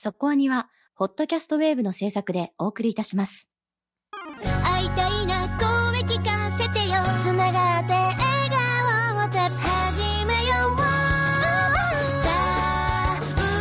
そこアニは、ホットキャストウェーブの制作でお送りいたします。 会いたいな、声聞かせてよ。つながって笑顔をて始めよう。さあ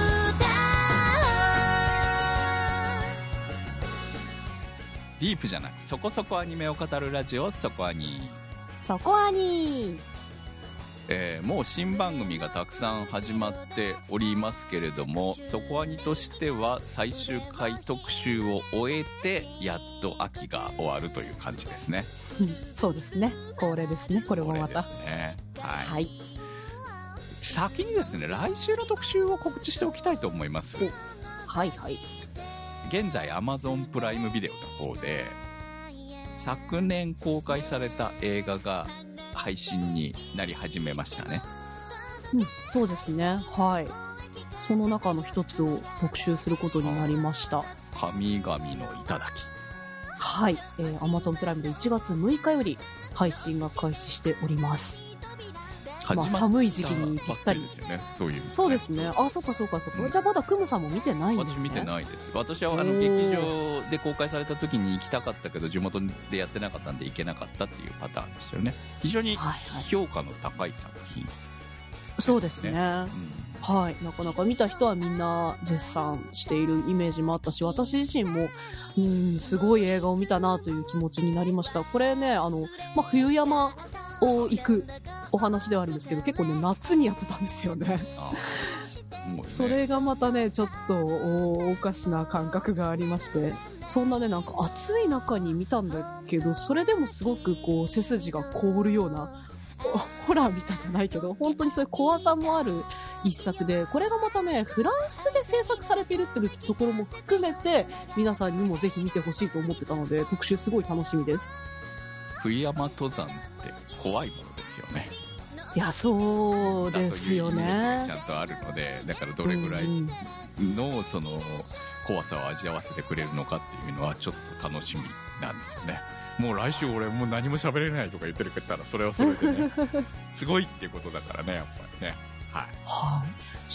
歌おう。ディープじゃなくそこそこアニメを語るラジオ、そこアニ。 そこアニ。 もう新番組がたくさん始まっておりますけれども、そこアニとしては最終回特集を終えてやっと秋が終わるという感じですね。 そうですね、恒例ですね。これもまた、 ね、はい、 はい、 先にですね、来週の特集を告知しておきたいと思います。 はいはい。 現在 Amazon プライムビデオの方で昨年公開された映画が配信になり始めましたね。 そうですね、はい。その中の一つを特集することになりました。 神々の頂き。 はい、Amazon プライムで1月6日より配信が開始しております。寒い時期にぴったりですよね。そうですね。あ、そっか。じゃあまだクムさんも見てないんですね。 私見てないです。私は劇場で公開された時に行きたかったけど地元でやってなかったんで行けなかったっていうパターンでしたよね。非常に評価の高い作品、 そうですね、はい。なかなか見た人はみんな絶賛しているイメージもあったし、私自身もすごい映画を見たなという気持ちになりました。これね、冬山を行くお話ではあるんですけど、結構ね、夏にやってたんですよね。それがまたね、ちょっとおかしな感覚がありまして、そんなね、なんか暑い中に見たんだけど、それでもすごくこう背筋が凍るようなホラー見たじゃないけど、本当にそういう怖さもある一作で、これがまたね、フランスで制作されているっていうところも含めて皆さんにもぜひ見てほしいと思ってたので、特集すごい楽しみです。 冬山登山って怖いものですよね。 いや、そうですよね。 ちゃんとあるので、だからどれぐらいのその怖さを味わわせてくれるのかっていうのはちょっと楽しみなんですよね。もう来週俺もう何も喋れないとか言ってるから、それはそれでねすごいっていうことだからね、やっぱりね。はい。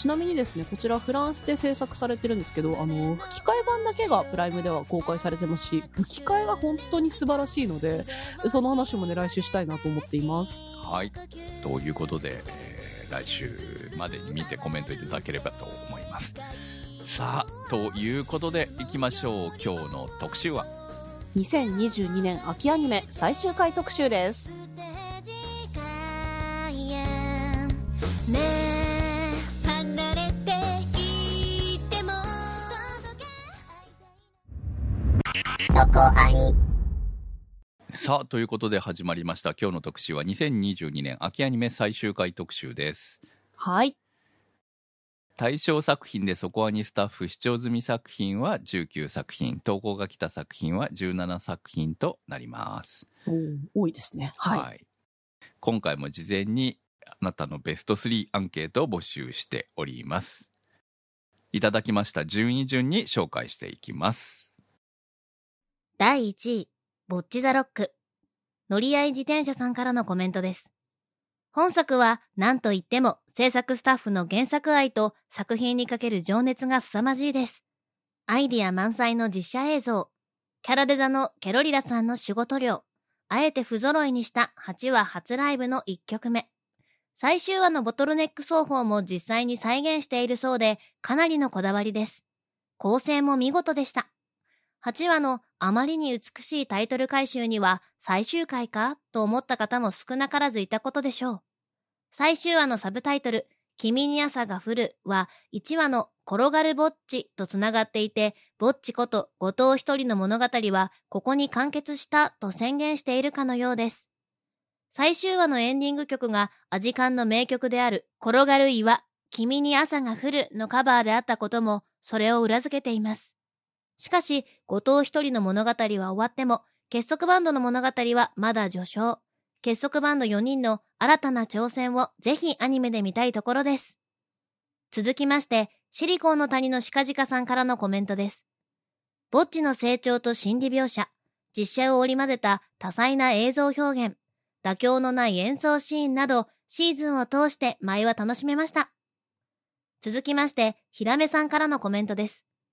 ちなみにですね、こちらフランスで制作されてるんですけど、吹き替え版だけがプライムでは公開されてますし、吹き替えが本当に素晴らしいので、その話もね、来週したいなと思っています。 はい。ということで、来週までに見てコメントいただければと思います。さあ、ということでいきましょう。今日の特集は 2022年秋アニメ最終回特集です。 さあ、ということで始まりました。今日の特集は2022年秋アニメ最終回特集です。 はい。 対象作品でそこアニスタッフ視聴済み作品は19作品、投稿が来た作品は17作品となります。 多いですね。はい。 今回も事前にあなたのベスト3アンケートを募集しております。いただきました順位順に紹介していきます。 第1位、ボッチザロック。乗り合い自転車さんからのコメントです。本作は何と言っても制作スタッフの原作愛と作品にかける情熱が凄まじいです。アイディア満載の実写映像、キャラデザのケロリラさんの仕事量、あえて不揃いにした8話初ライブの1曲目。最終話のボトルネック奏法も実際に再現しているそうで、かなりのこだわりです。構成も見事でした。8話のあまりに美しいタイトル回収には最終回かと思った方も少なからずいたことでしょう。最終話のサブタイトル、君に朝が降るは1話の転がるぼっちとつながっていて、ぼっちこと後藤一人の物語はここに完結したと宣言しているかのようです。最終話のエンディング曲がアジカンの名曲である転がる岩、君に朝が降るのカバーであったこともそれを裏付けています。しかし、後藤一人の物語は終わっても、結束バンドの物語はまだ序章。結束バンド4人の新たな挑戦をぜひアニメで見たいところです。続きまして、シリコンの谷のシカジカさんからのコメントです。ぼっちの成長と心理描写、実写を織り交ぜた多彩な映像表現、妥協のない演奏シーンなど、シーズンを通して舞は楽しめました。続きまして、ひらめさんからのコメントです。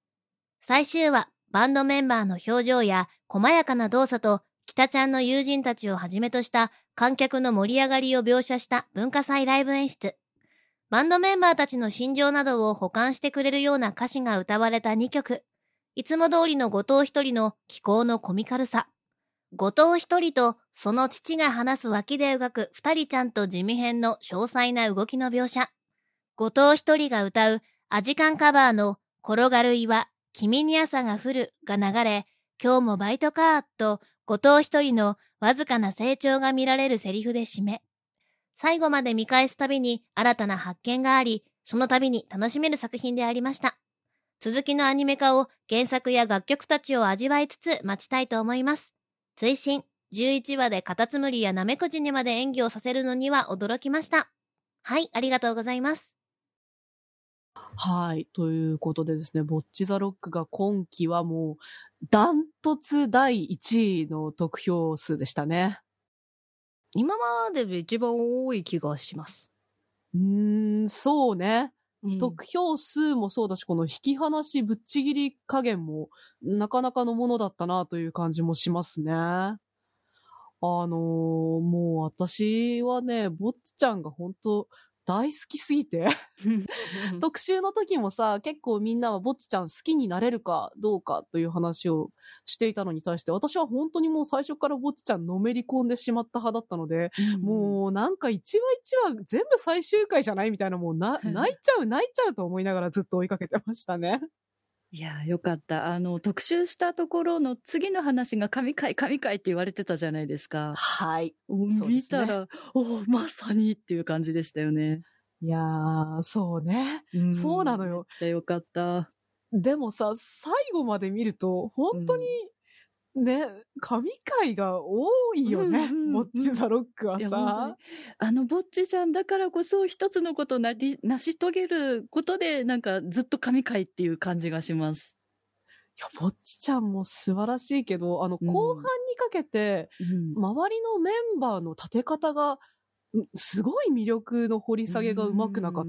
最終話、バンドメンバーの表情や細やかな動作と、北ちゃんの友人たちをはじめとした観客の盛り上がりを描写した文化祭ライブ演出。バンドメンバーたちの心情などを補完してくれるような歌詞が歌われた2曲。いつも通りの後藤一人の気候のコミカルさ。後藤一人とその父が話す脇で描く二人ちゃんと地味編の詳細な動きの描写。後藤一人が歌うアジカンカバーの転がる岩、君に朝が降るが流れ、今日もバイトかと後藤一人のわずかな成長が見られるセリフで締め。最後まで見返すたびに新たな発見があり、その度に楽しめる作品でありました。続きのアニメ化を原作や楽曲たちを味わいつつ待ちたいと思います。追伸、11話でカタツムリやナメクジにまで演技をさせるのには驚きました。はい、ありがとうございます。 はい。ということでですね、ボッチザロックが今期はもう、ダントツ第1位の得票数でしたね。 今までで一番多い気がします。 そうね。 うん得票数もそうだし、この引き離しぶっちぎり加減もなかなかのものだったなという感じもしますね。もう私はね、ぼっちゃんが本当大好きすぎて特集の時もさ、結構みんなはぼっちちゃん好きになれるかどうかという話をしていたのに対して、私は本当にもう最初からぼっちちゃんのめり込んでしまった派だったので、もうなんか一話一話全部最終回じゃないみたいな、もう泣いちゃうと思いながらずっと追いかけてましたね。 いや、よかった。特集したところの次の話が神回って言われてたじゃないですか。 はい。 見たら、まさにっていう感じでしたよね。 いやー、そうね。そうなのよ。 めっちゃよかった。 でもさ、最後まで見ると、本当に、ね、神回が多いよね。ぼっちザロックはさ。 ぼっちちゃんだからこそ一つのことを成し遂げることで、なんかずっと神回っていう感じがします。 いや、ぼっちちゃんも素晴らしいけど、後半にかけて、周りのメンバーの立て方が、すごい魅力の掘り下げがうまくなかった？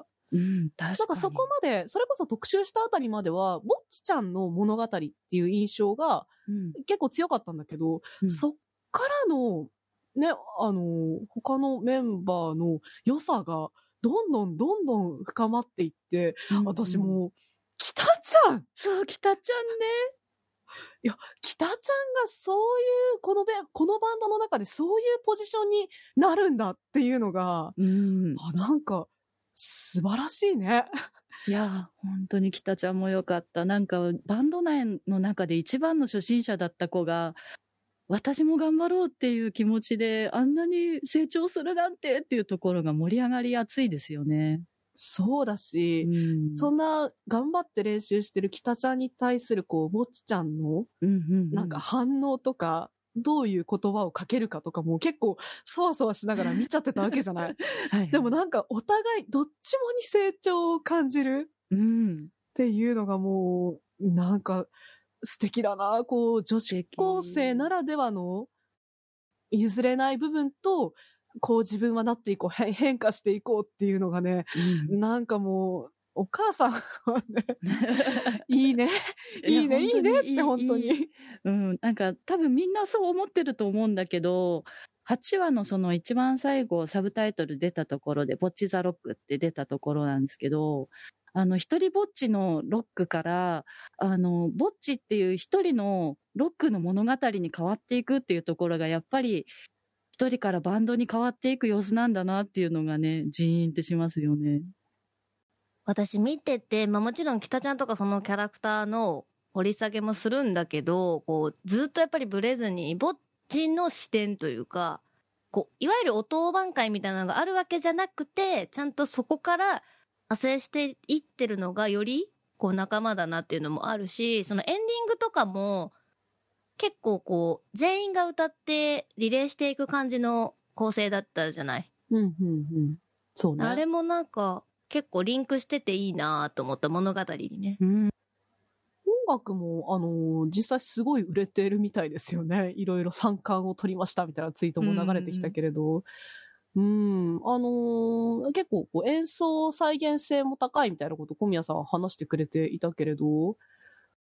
確かに。 なんかそこまで、それこそ特集したあたりまでは、ぼっちちゃんの物語っていう印象が結構強かったんだけど、そっからの、ね、他のメンバーの良さがどんどん深まっていって、私もう、北ちゃん！ そう、北ちゃんね。 いや、北ちゃんがそういう、このバンドの中でそういうポジションになるんだっていうのが、なんか、素晴らしいね。 いや、本当に北ちゃんもよかった。なんか、バンド内の中で一番の初心者だった子が、私も頑張ろうっていう気持ちで、あんなに成長するなんてっていうところが盛り上がり熱いですよね。 そうだし、そんな頑張って練習してる北ちゃんに対するぼっちちゃんの、なんか反応とか、どういう言葉をかけるかとかも結構そわそわしながら見ちゃってたわけじゃない。でもなんかお互いどっちもに成長を感じるっていうのがもうなんか素敵だな。女子高生ならではの譲れない部分と、自分はなっていこう、変化していこうっていうのがね、なんかもう、お母さんはね、いいねって本当に。 なんか多分みんなそう思ってると思うんだけど、8話のその一番最後サブタイトル出たところで、ぼっちザロックって出たところなんですけど、一人ぼっちのロックから、ぼっちっていう一人のロックの物語に変わっていくっていうところがやっぱり、一人からバンドに変わっていく様子なんだなっていうのがね、ジーンってしますよね。 私見てて、もちろん北ちゃんとかそのキャラクターの掘り下げもするんだけど、ずっとやっぱりブレずに、ぼっちの視点というか、いわゆるお当番会みたいなのがあるわけじゃなくて、ちゃんとそこから派生していってるのがより仲間だなっていうのもあるし、そのエンディングとかも結構全員が歌ってリレーしていく感じの構成だったじゃない。 そうね。 あれもなんか結構リンクしてていいなと思った物語にね。 音楽も実際すごい売れてるみたいですよね。いろいろ3冠を取りましたみたいなツイートも流れてきたけれど、結構演奏再現性も高いみたいなこと小宮さんは話してくれていたけれど、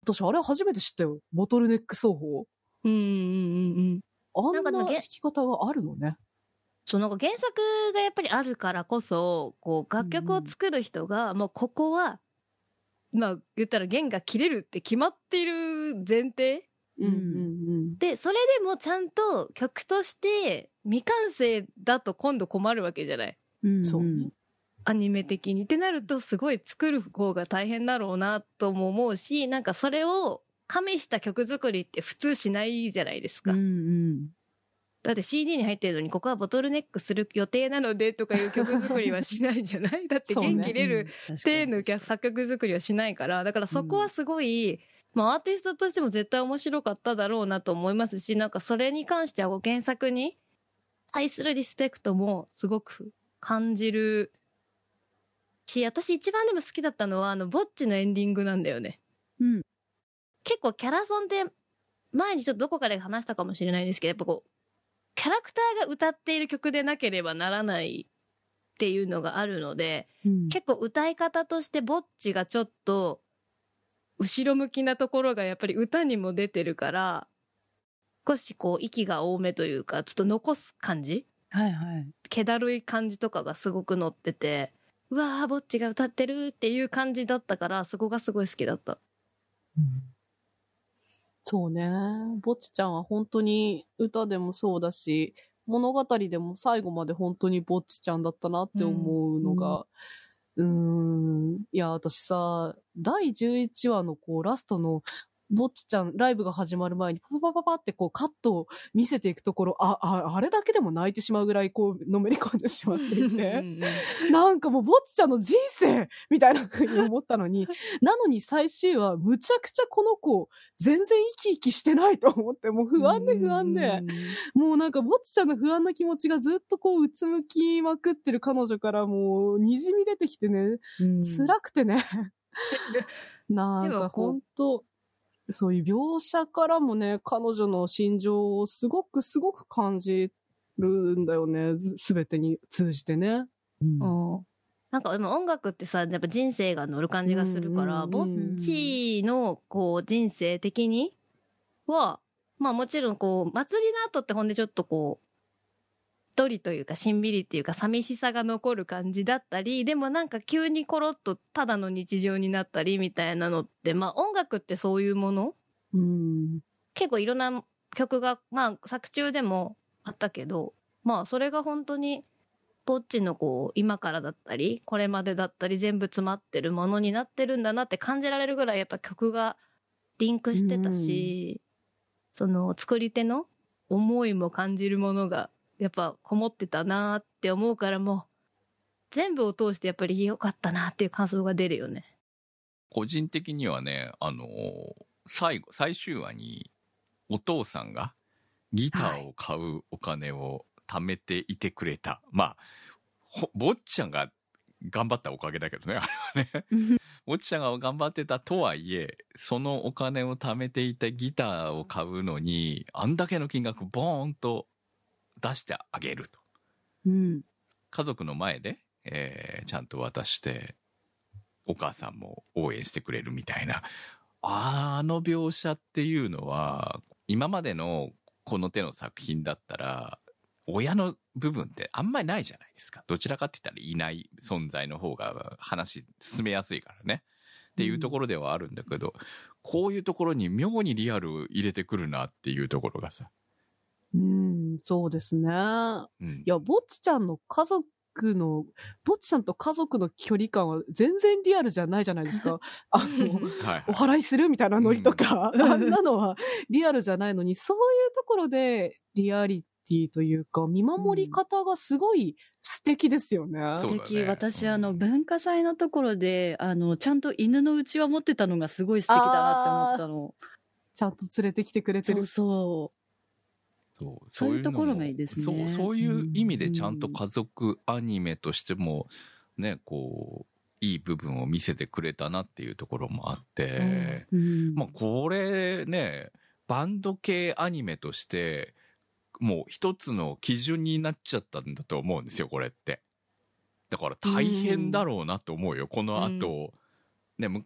私あれ初めて知ったよ。ボトルネック奏法。 うんうんうんうん。 あんななんかでも弾き方があるのね。 そう、なんか原作がやっぱりあるからこそ、こう楽曲を作る人が、もうここは、まあ言ったら弦が切れるって決まっている前提うんうんで、それでもちゃんと曲として未完成だと今度困るわけじゃない。 うん。そうね。 アニメ的に。ってなるとすごい作る方が大変だろうなとも思うし、なんかそれを加味した曲作りって普通しないじゃないですか。 うんうん。 だって CD に入ってるのにここはボトルネックする予定なのでとかいう曲作りはしないじゃないだってそうね弦切れる手の作曲作りはしないから、だからそこはすごい、まあアーティストとしても絶対面白かっただろうなと思いますし、なんかそれに関しては原作に対するリスペクトもすごく感じるし、私一番でも好きだったのはボッチのエンディングなんだよね。 うん。 結構キャラソンって前にちょっとどこかで話したかもしれないんですけど、やっぱこうキャラクターが歌っている曲でなければならないっていうのがあるので、結構歌い方としてボッチがちょっと後ろ向きなところがやっぱり歌にも出てるから、少しこう息が多めというかちょっと残す感じ、 はいはい。 気だるい感じとかがすごく乗ってて、うわーボッチが歌ってるっていう感じだったから、そこがすごい好きだった。 そうね。ぼっちちゃんは本当に歌でもそうだし、物語でも最後まで本当にぼっちちゃんだったなって思うのが、いや、私さ、第11話のこう、ラストの、ぼっちちゃん、ライブが始まる前に、パパパパパってこう、カットを見せていくところ、あれだけでも泣いてしまうぐらい、こう、のめり込んでしまっていて、なんかもう、ぼっちちゃんの人生みたいな風に思ったのに、なのに最終話、むちゃくちゃこの子、全然生き生きしてないと思って、もう不安で不安で、もうなんか、ぼっちちゃんの不安な気持ちがずっとこう、うつむきまくってる彼女からもう、滲み出てきてね、辛くてね。なんかほんと、そういう描写からもね、彼女の心情をすごくすごく感じるんだよね。すべてに通じてね。 なんかでも音楽ってさ、やっぱ人生が乗る感じがするから、ぼっちのこう人生的には、まあもちろんこう、祭りの後ってほんでちょっとこう、一人というかしんびりっていうか寂しさが残る感じだったり、でもなんか急にコロッとただの日常になったりみたいなのって、まあ音楽ってそういうもの、結構いろんな曲がまあ作中でもあったけど、まあそれが本当にぼっちのこう今からだったりこれまでだったり全部詰まってるものになってるんだなって感じられるぐらいやっぱ曲がリンクしてたし、その作り手の思いも感じるものがやっぱこもってたなって思うから、もう全部を通してやっぱり良かったなっていう感想が出るよね。 個人的にはね、最終話にお父さんがギターを買うお金を貯めていてくれた、まあぼっちゃんが頑張ったおかげだけどね、あれはねぼっちゃんが頑張ってたとはいえ、そのお金を貯めていたギターを買うのにあんだけの金額ボーンと出してあげると、家族の前で、ちゃんと渡してお母さんも応援してくれるみたいな、あの描写っていうのは今までのこの手の作品だったら親の部分ってあんまりないじゃないですか。どちらかって言ったらいない存在の方が話進めやすいからねっていうところではあるんだけど、こういうところに妙にリアル入れてくるなっていうところがさ、 そうですね。いや、ぼっちちゃんの家族の、ぼっちちゃんと家族の距離感は全然リアルじゃないじゃないですか。お祓いするみたいなノリとか、あんなのはリアルじゃないのに、そういうところでリアリティというか、見守り方がすごい素敵ですよね。 素敵。私、文化祭のところで、ちゃんと犬のうちわ持ってたのがすごい素敵だなって思ったの。 ちゃんと連れてきてくれてる。 そういうところがいいですね。 そういう意味でちゃんと家族アニメとしてもね、こういい部分を見せてくれたなっていうところもあって、まあこれね、バンド系アニメとしてもう一つの基準になっちゃったんだと思うんですよ、これって。だから大変だろうなと思うよ、この後、ね、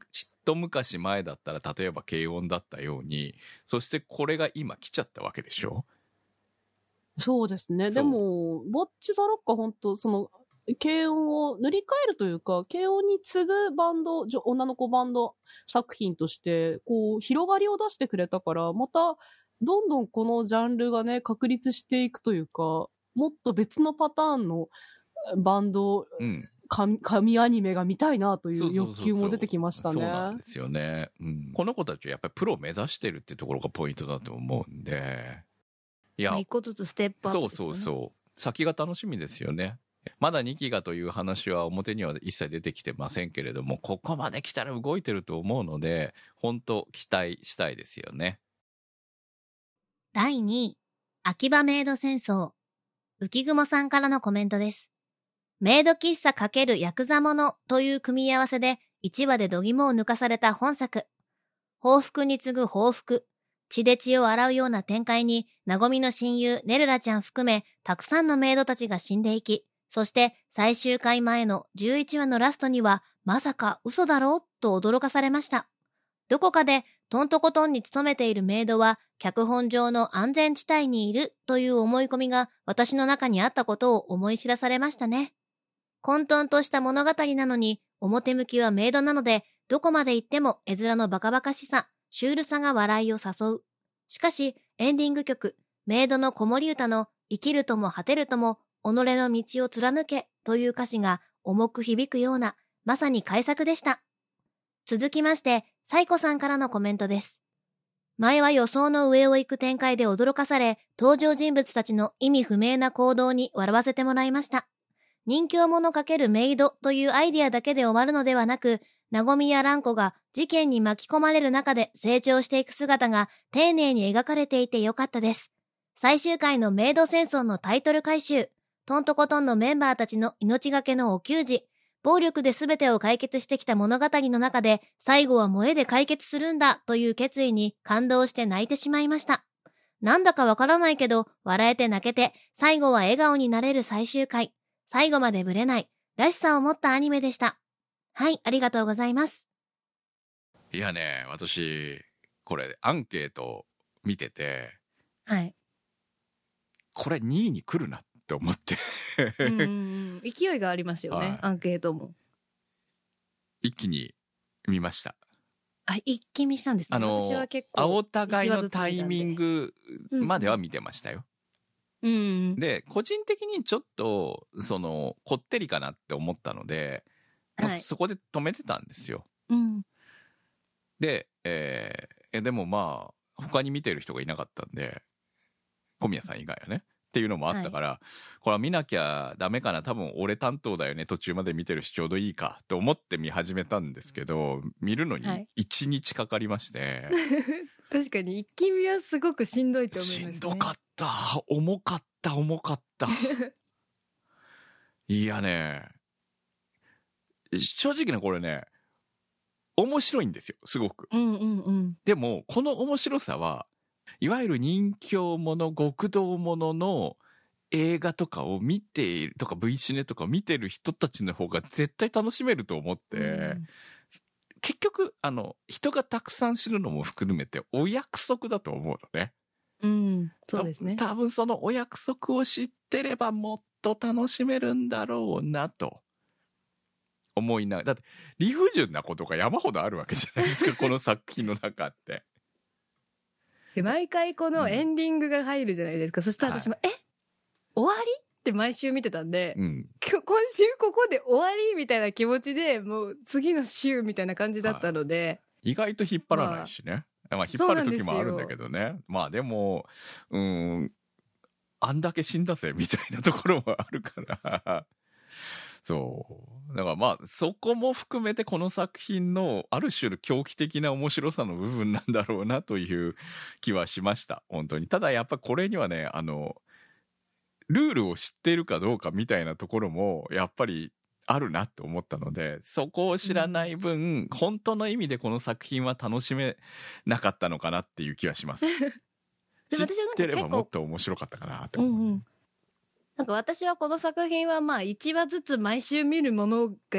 と昔前だったら例えば軽音だったように、そしてこれが今来ちゃったわけでしょ。 そうですね。でも、ボッチザロックは本当その、軽音を塗り替えるというか、軽音に次ぐバンド、女の子バンド作品として、こう、広がりを出してくれたから、また、どんどんこのジャンルがね、確立していくというか、もっと別のパターンのバンド、神アニメが見たいなという欲求も出てきましたね。 そうなんですよね。この子たちはやっぱりプロを目指してるっていうところがポイントだと思うんで。いや、 一個ずつステップアップですよね。 そう先が楽しみですよね。まだ2期がという話は表には一切出てきてませんけれども、ここまで来たら動いてると思うので、本当期待したいですよね。 第2位、秋葉メイド戦争。浮雲さんからのコメントです。メイド喫茶×ヤクザものという組み合わせで1話で度肝を抜かされた本作。報復に次ぐ報復。血で血を洗うような展開に、なごみの親友ネルラちゃん含め、たくさんのメイドたちが死んでいき、そして最終回前の11話のラストには、まさか嘘だろうと驚かされました。どこかでトントコトンに勤めているメイドは、脚本上の安全地帯にいるという思い込みが私の中にあったことを思い知らされましたね。混沌とした物語なのに、表向きはメイドなので、どこまで行っても絵面のバカバカしさ、シュールさが笑いを誘う。しかし、エンディング曲、メイドの子守歌の生きるとも果てるとも、己の道を貫けという歌詞が重く響くような、まさに改作でした。続きまして、サイコさんからのコメントです。前は予想の上を行く展開で驚かされ、登場人物たちの意味不明な行動に笑わせてもらいました。人形者×メイドというアイディアだけで終わるのではなく、なごみや蘭子が事件に巻き込まれる中で成長していく姿が丁寧に描かれていてよかったです。最終回のメイド戦争のタイトル回収、トントコトンのメンバーたちの命がけのお給仕、暴力で全てを解決してきた物語の中で、最後は萌えで解決するんだという決意に感動して泣いてしまいました。なんだかわからないけど、笑えて泣けて、最後は笑顔になれる最終回。最後までぶれない、らしさを持ったアニメでした。はい、ありがとうございます。 いやね、私、これ、アンケート見てて、 はい。 これ2位に来るなって思って。 勢いがありますよね、はい、アンケートも。 一気に見ました。 一気見したんですね。私は結構。 お互いのタイミングまでは見てましたよ。で個人的にちょっとこってりかなって思ったので、そこで止めてたんですよ。で、でもまあ他に見てる人がいなかったんで、小宮さん以外はねっていうのもあったから、これは見なきゃダメかな、多分俺担当だよね、途中まで見てるしちょうどいいかと思って見始めたんですけど、見るのに1日かかりまして、 確かに一気見はすごくしんどいと思いますね。 しんどかった、重かったいやね、正直なこれね面白いんですよ、すごく。でもこの面白さはいわゆる人形者極道者の映画とかを見ているとか V シネとか見てる人たちの方が絶対楽しめると思って、結局人がたくさん死ぬのも含めてお約束だと思うのね。 そうですね。 多分そのお約束を知ってればもっと楽しめるんだろうなと思いながら、だって理不尽なことが山ほどあるわけじゃないですかこの作品の中って。 で毎回このエンディングが入るじゃないですか、そしたら私も、終わりって毎週見てたんで、今週ここで終わりみたいな気持ちでもう次の週みたいな感じだったので、 意外と引っ張らないしね、引っ張る時もあるんだけどね。まあでもあんだけ死んだぜみたいなところもあるからそうだからまあそこも含めてこの作品のある種の狂気的な面白さの部分なんだろうなという気はしました本当に。ただやっぱこれにはねルールを知っているかどうかみたいなところもやっぱりあるなと思ったので、そこを知らない分、本当の意味でこの作品は楽しめなかったのかなっていう気はします知ってればもっと面白かったかなと思う。なんか私はこの作品はまあ1話ずつ毎週見るものが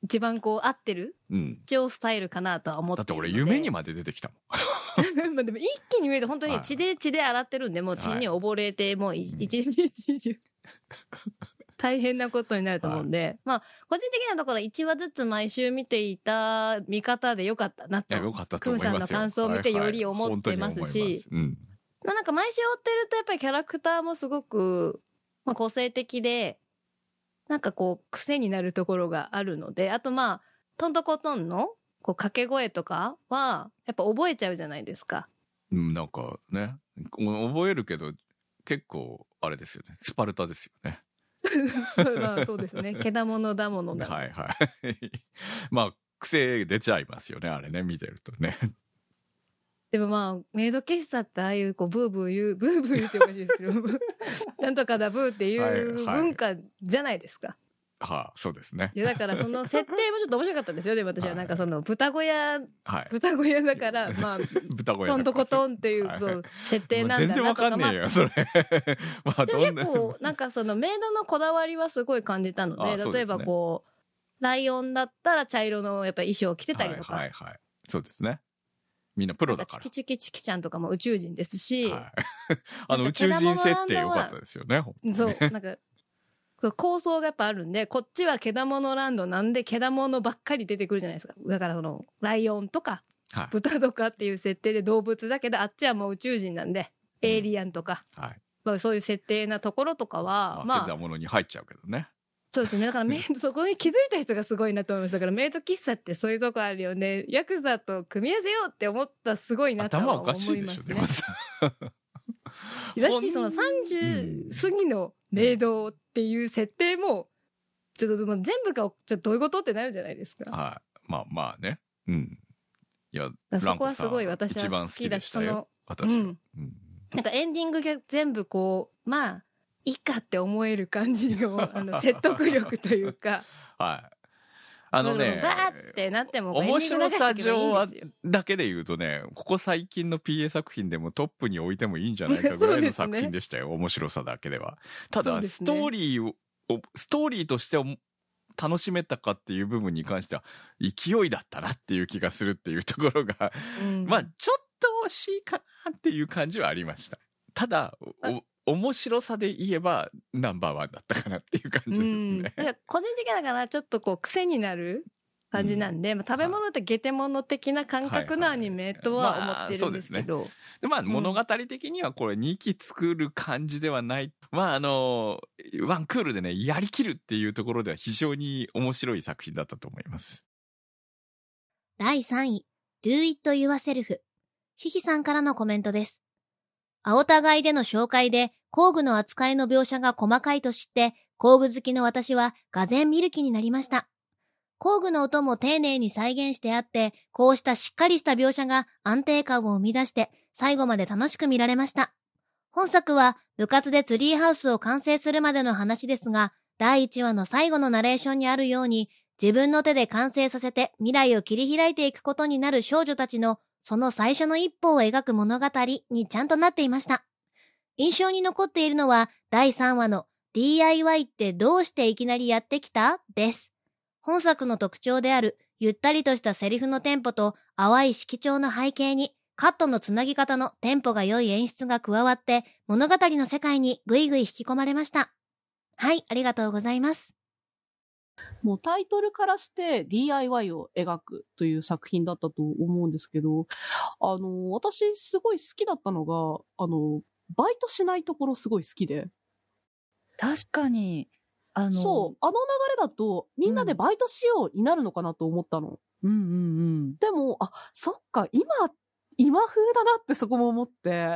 一番こう合ってる、一応スタイルかなとは思ってだって俺夢にまで出てきたもんまあでも一気に見ると本当に血で洗ってるんで、もう血に溺れて、もう一日中大変なことになると思うんで、まあ個人的なところ1話ずつ毎週見ていた見方でよかったなと、 よかったと思いますよ。 クンさんの感想を見てより思ってますし、まあなんか毎週追ってるとやっぱりキャラクターもすごく、まあ、個性的で、なんかこう癖になるところがあるので、あとまあトントコトンのこう掛け声とかはやっぱ覚えちゃうじゃないですか。 なんかね、覚えるけど結構あれですよね、スパルタですよね。 そうですね。けだものだものだ。 はいはい。まあ癖出ちゃいますよね、あれね、見てるとね。 でもまあメイド喫茶ってああいうこうブーブー言うっておかしいですけどなんとかだブーっていう文化じゃないですか。 はあ、そうですね。 いやだからその設定もちょっと面白かったですよ。でも私はなんかその豚小屋だからまあトントコトンっていうそう設定なんだなとか、 全然わかんねえよそれ。 まあでも結構なんかそのメイドのこだわりはすごい感じたので、例えばこうライオンだったら茶色のやっぱ衣装を着てたりとか、 そうですね。みんなプロだから。 チキチキチキちゃんとかも宇宙人ですし、 宇宙人設定良かったですよね。 そうなんか構想がやっぱあるんで、こっちはけだものランドなんでけだものばっかり出てくるじゃないですか。だからそのライオンとか豚とかっていう設定で動物だけど、あっちはもう宇宙人なんでエイリアンとか、まあそういう設定なところとかはまあけだものに入っちゃうけどね。 そうですね。だからそこに気づいた人がすごいなと思います。だからメイド喫茶ってそういうとこあるよね。ヤクザと組み合わせようって思ったすごいなとは思いますね。 頭おかしいでしょ、ね、 だしその30過ぎのメイドっていう設定もちょっと全部がちょっとどういうことってなるじゃないですか。 はい、まあね。いやそこはすごい私は好きだし、そのなんかエンディングが全部こうまあいいかって思える感じの説得力というか。 はい。 バーってなっても面白さ上だけで言うとね、ここ最近の PA 作品でもトップに置いてもいいんじゃないかぐらいの作品でしたよ。面白さだけでは。ただ、ストーリーとして楽しめたかっていう部分に関しては勢いだったなっていう気がするっていうところが、まあちょっと惜しいかなっていう感じはありました。ただ面白さで言えばナンバーワンだったかなっていう感じですね。 だから個人的だからちょっとこう癖になる感じなんで、食べ物ってゲテモノ的な感覚のアニメとは思ってるんですけど、 まあ物語的にはこれ2期作る感じではない。まあワンクールでねやりきるっていうところでは非常に面白い作品だったと思います。 第3位 Do It Yourself、 ひひさんからのコメントです。青互いでの紹介で工具の扱いの描写が細かいと知って、工具好きの私は俄然見る気になりました。工具の音も丁寧に再現してあって、こうしたしっかりした描写が安定感を生み出して最後まで楽しく見られました。本作は部活でツリーハウスを完成するまでの話ですが、第1話の最後のナレーションにあるように、自分の手で完成させて未来を切り開いていくことになる少女たちのその最初の一歩を描く物語にちゃんとなっていました。印象に残っているのは第3話の DIY ってどうしていきなりやってきた？です。本作の特徴であるゆったりとしたセリフのテンポと淡い色調の背景にカットのつなぎ方のテンポが良い演出が加わって物語の世界にぐいぐい引き込まれました。はい、ありがとうございます。 もうタイトルからして DIY を描くという作品だったと思うんですけど、私すごい好きだったのが、バイトしないところすごい好きで。 確かに。 そう、流れだとみんなでバイトしようになるのかなと思ったの。でも、そっか、今風だなってそこも思って。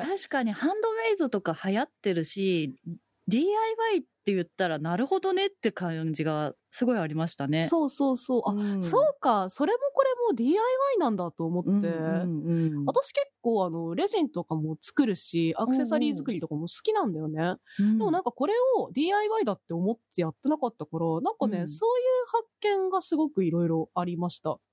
確かにハンドメイドとか流行ってるし、DIY って言ったらなるほどねって感じがすごいありましたね。 そう。そうか、それもこれも DIY なんだと思って。私結構レジンとかも作るし、アクセサリー作りとかも好きなんだよね。でもなんかこれを DIY だって思ってやってなかったから、なんかね、そういう発見がすごくいろいろありました。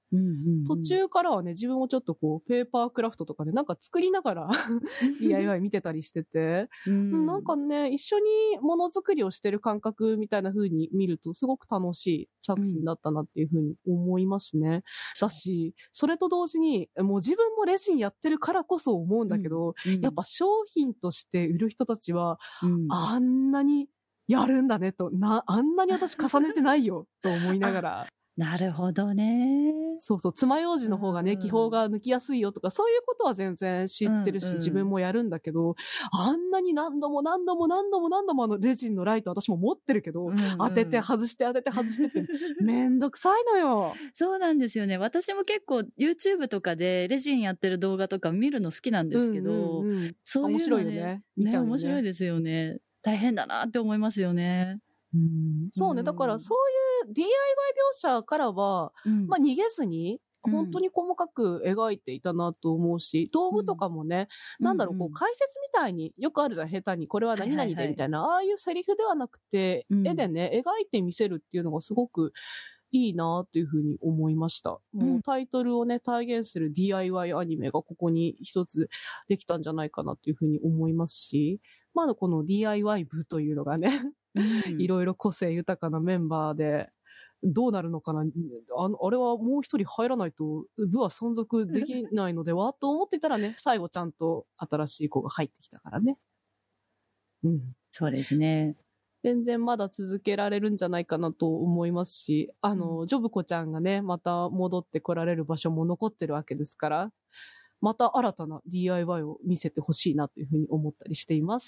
途中からはね、自分もちょっとこう、ペーパークラフトとかね、なんか作りながらDIY 見てたりしてて、なんかね、一緒にものづくりをしてる感覚みたいな風に見ると、すごく楽しい作品だったなっていう風に思いますね。だし、それと同時に、もう自分もレジンやってるからこそ思うんだけど、やっぱ商品として売る人たちは、あんなにやるんだねと、あんなに私重ねてないよと思いながら。 なるほどね。 そうそう、爪楊枝の方がね、気泡が抜きやすいよとか、そういうことは全然知ってるし、自分もやるんだけど、あんなに何度もレジンのライト私も持ってるけど、当てて外してってめんどくさいのよ。 そうなんですよね。私も結構 YouTube とかでレジンやってる動画とか見るの好きなんですけど、そういうのね、面白いよね。見ちゃうよね。面白いですよね。大変だなって思いますよね。 そうね、だからそういう DIY 描写からは、まあ逃げずに、本当に細かく描いていたなと思うし、道具とかもね、なんだろう、こう解説みたいによくあるじゃん、下手にこれは何々でみたいな、ああいうセリフではなくて、絵でね、描いて見せるっていうのがすごくいいなっていうふうに思いました。もうタイトルをね、体現する DIY アニメがここに一つできたんじゃないかなっていうふうに思いますし、まあこの DIY 部というのがね、いろいろ個性豊かなメンバーで、どうなるのかな、あれはもう一人入らないと部は存続できないのではと思ってたらね、最後ちゃんと新しい子が入ってきたからね。 そうですね。 全然まだ続けられるんじゃないかなと思いますし、ジョブ子ちゃんがね、また戻ってこられる場所も残ってるわけですから、また新たな DIY を見せてほしいなというふうに思ったりしています。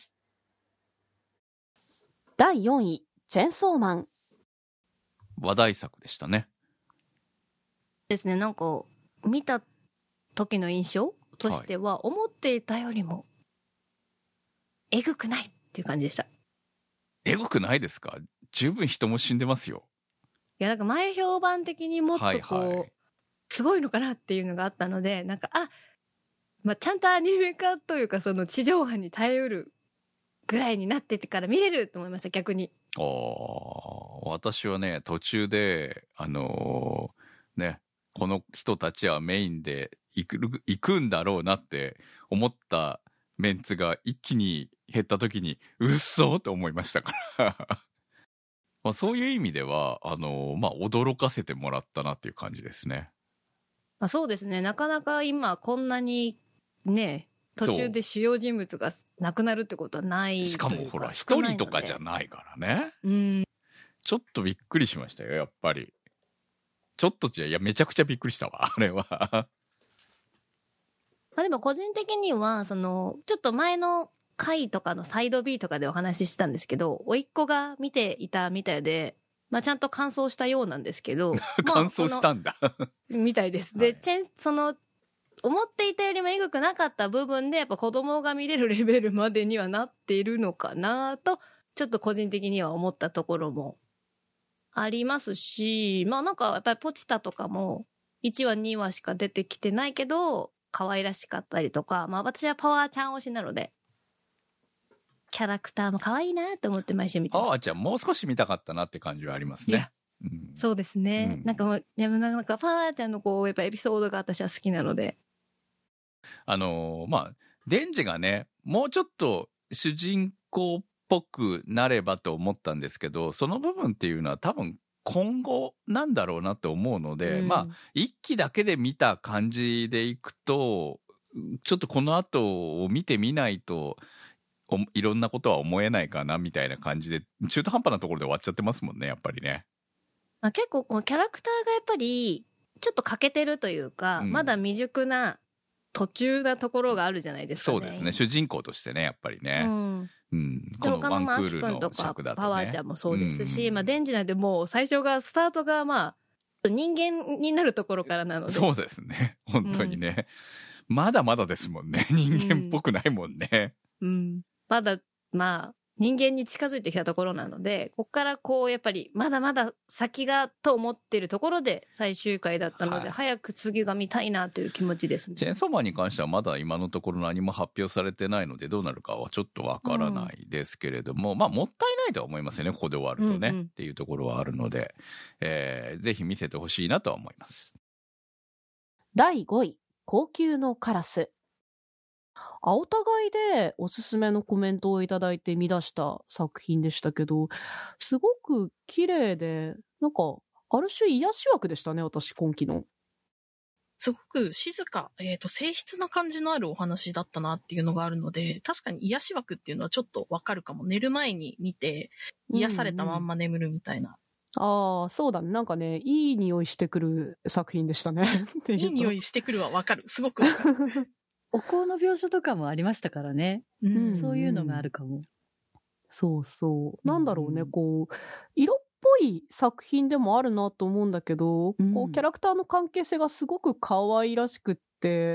第4位、チェンソーマン。 話題作でしたね。 ですね、なんか見た時の印象としては、思っていたよりもえぐくないっていう感じでした。 えぐくないですか？十分人も死んでますよ。 いや、なんか前評判的にもっとこう、すごいのかなっていうのがあったので、なんかちゃんとアニメ化というか、その地上波に耐えうるぐらいになっててから見れると思いました、逆に。 私はね、途中でね、この人たちはメインで行くんだろうなって思ったメンツが一気に減った時にうっそーと思いましたからそういう意味では驚かせてもらったなっていう感じですね。 そうですね、なかなか今こんなにね、途中で主要人物が亡くなるってことはない。 しかもほら一人とかじゃないからね。ちょっとびっくりしましたよ、やっぱり。ちょっとめちゃくちゃびっくりしたわ、あれは。 でも個人的にはちょっと前の回とかのサイド B とかでお話ししたんですけど、甥っ子が見ていたみたいで、ちゃんと完走したようなんですけど完走したんだみたいです。で、思っていたよりもえぐくなかった部分で、やっぱ子供が見れるレベルまでにはなっているのかなと、ちょっと個人的には思ったところもありますし、なんかやっぱりポチタとかも1話2話しか出てきてないけど可愛らしかったりとか、私はパワーちゃん推しなのでキャラクターも可愛いなと思って毎週見てます。 パワーちゃんもう少し見たかったなって感じはありますね。 そうですね、なんかパワーちゃんのやっぱエピソードが私は好きなので、 デンジがね、もうちょっと主人公っぽくなればと思ったんですけど、その部分っていうのは多分今後なんだろうなって思うので、一期だけで見た感じでいくと、ちょっとこの後を見てみないといろんなことは思えないかなみたいな感じで、中途半端なところで終わっちゃってますもんね、やっぱりね。 結構キャラクターがやっぱりちょっと欠けてるというか、まだ未熟な途中なところがあるじゃないですかね。 そうですね、主人公としてね、やっぱりね。このワンクールの尺だとね。 パワーちゃんもそうですし、デンジなんてもう最初がスタートが人間になるところからなので。 そうですね、本当にね、まだまだですもんね、人間っぽくないもんね。 まだ人間に近づいてきたところなので、ここからやっぱりまだまだ先がと思ってるところで最終回だったので、早く次が見たいなという気持ちですね。 チェーンソーマンに関してはまだ今のところ何も発表されてないので、どうなるかはちょっとわからないですけれども、もったいないとは思いますよね、ここで終わるとね、っていうところはあるので、ぜひ見せてほしいなとは思います。 第5位、高級のカラス。お互いでおすすめのコメントをいただいて見出した作品でしたけど、すごく綺麗で、なんか、ある種癒し枠でしたね、私、今期の。 すごく静か、静筆な感じのあるお話だったなっていうのがあるので、確かに癒し枠っていうのはちょっとわかるかも。寝る前に見て、癒されたまんま眠るみたいな。 ああ、そうだね。なんかね、いい匂いしてくる作品でしたね。 いい匂いしてくるはわかる。すごくわかる。 お香の描写とかもありましたからね。そういうのがあるかも。 そうそう。なんだろうね、こう、色っぽい作品でもあるなと思うんだけど、こう、キャラクターの関係性がすごく可愛らしくって、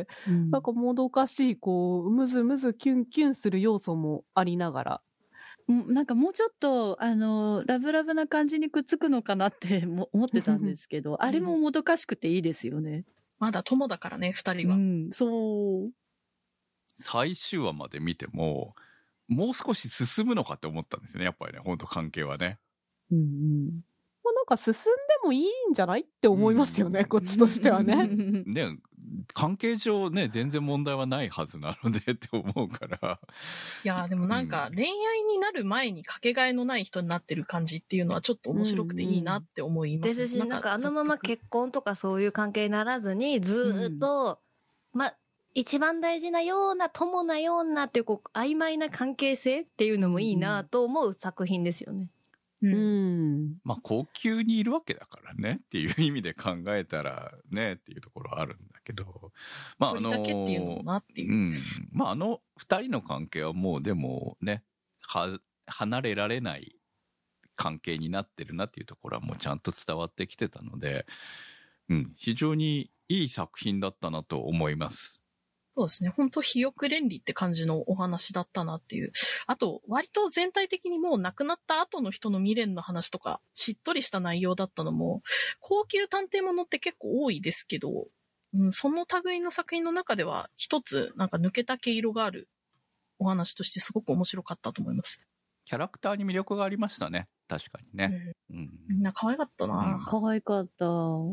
なんかもどかしい、こう、ムズムズキュンキュンする要素もありながら。 なんかもうちょっと、ラブラブな感じにくっつくのかなって思ってたんですけど、あれももどかしくていいですよね。 まだ友だからね、二人は。 そう。 最終話まで見ても、もう少し進むのかって思ったんですよね、やっぱりね、本当関係はね。 まあ、なんか進んでもいいんじゃないって思いますよね、こっちとしてはね。 ね、関係上ね、全然問題はないはずなのでって思うから。 いやでもなんか恋愛になる前にかけがえのない人になってる感じっていうのはちょっと面白くていいなって思います。 ですし、なんかあのまま結婚とかそういう関係にならずに、ずっと、一番大事なような友なようなっていうこう曖昧な関係性っていうのもいいなと思う作品ですよね。 まあ高級にいるわけだからねっていう意味で考えたらねっていうところはあるんだけど、まあだけっていうのもなっていう、 まあ二人の関係はもうでもね離れられない関係になってるなっていうところはもうちゃんと伝わってきてたので、非常にいい作品だったなと思います。 そうですね。本当肥沃連理って感じのお話だったなっていう。あと、割と全体的にもう亡くなった後の人の未練の話とか、しっとりした内容だったのも、高級探偵ものって結構多いですけど、その類の作品の中では一つなんか抜けた毛色があるお話としてすごく面白かったと思います。 キャラクターに魅力がありましたね。確かにね。 みんな可愛かったな。 可愛かった。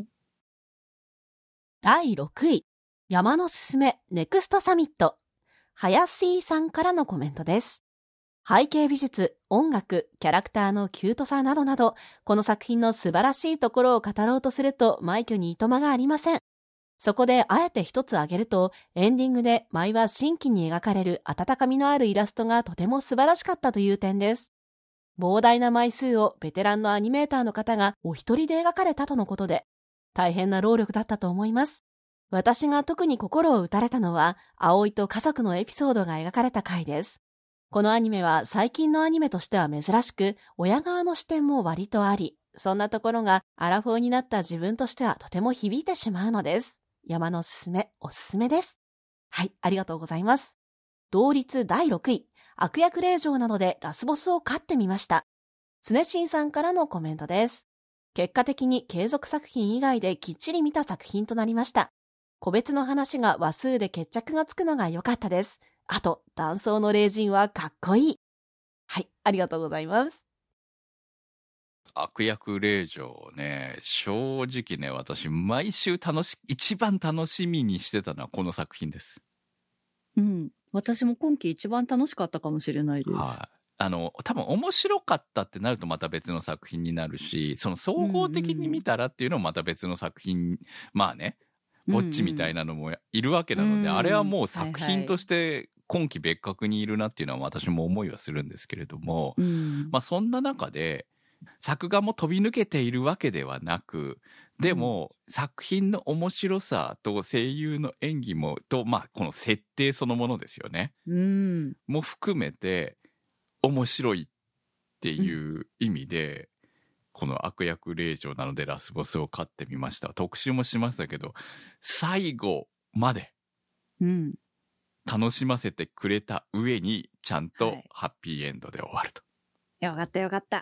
第6位。山のすすめネクストサミット。はやすいさんからのコメントです。背景美術、音楽、キャラクターのキュートさなどなど、この作品の素晴らしいところを語ろうとすると枚挙にいとまがありません。そこであえて一つ挙げると、エンディングで毎話新規に描かれる温かみのあるイラストがとても素晴らしかったという点です。膨大な枚数をベテランのアニメーターの方がお一人で描かれたとのことで、大変な労力だったと思います。私が特に心を打たれたのは、葵と家族のエピソードが描かれた回です。このアニメは最近のアニメとしては珍しく、親側の視点も割とあり、そんなところがアラフォーになった自分としてはとても響いてしまうのです。山のすすめ、おすすめです。はい、ありがとうございます。同率第6位、悪役令嬢などでラスボスを飼ってみました。常新さんからのコメントです。結果的に継続作品以外できっちり見た作品となりました。個別の話が話数で決着がつくのが良かったです。あと、男装の霊人はかっこいい。はい、ありがとうございます。 悪役令嬢ね、正直ね、私毎週一番楽しみにしてたのはこの作品です。 私も今期一番楽しかったかもしれないです。 多分面白かったってなるとまた別の作品になるし、その総合的に見たらっていうのもまた別の作品、まあね、ぼっちみたいなのもいるわけなので、あれはもう作品として今期別格にいるなっていうのは私も思いはするんですけれども、まあそんな中で作画も飛び抜けているわけではなく、でも作品の面白さと声優の演技もと、まあこの設定そのものですよね、も含めて面白いっていう意味で、この悪役令嬢なのでラスボスを飼ってみました。特集もしましたけど、最後まで楽しませてくれた上にちゃんとハッピーエンドで終わると。 よかったよかった。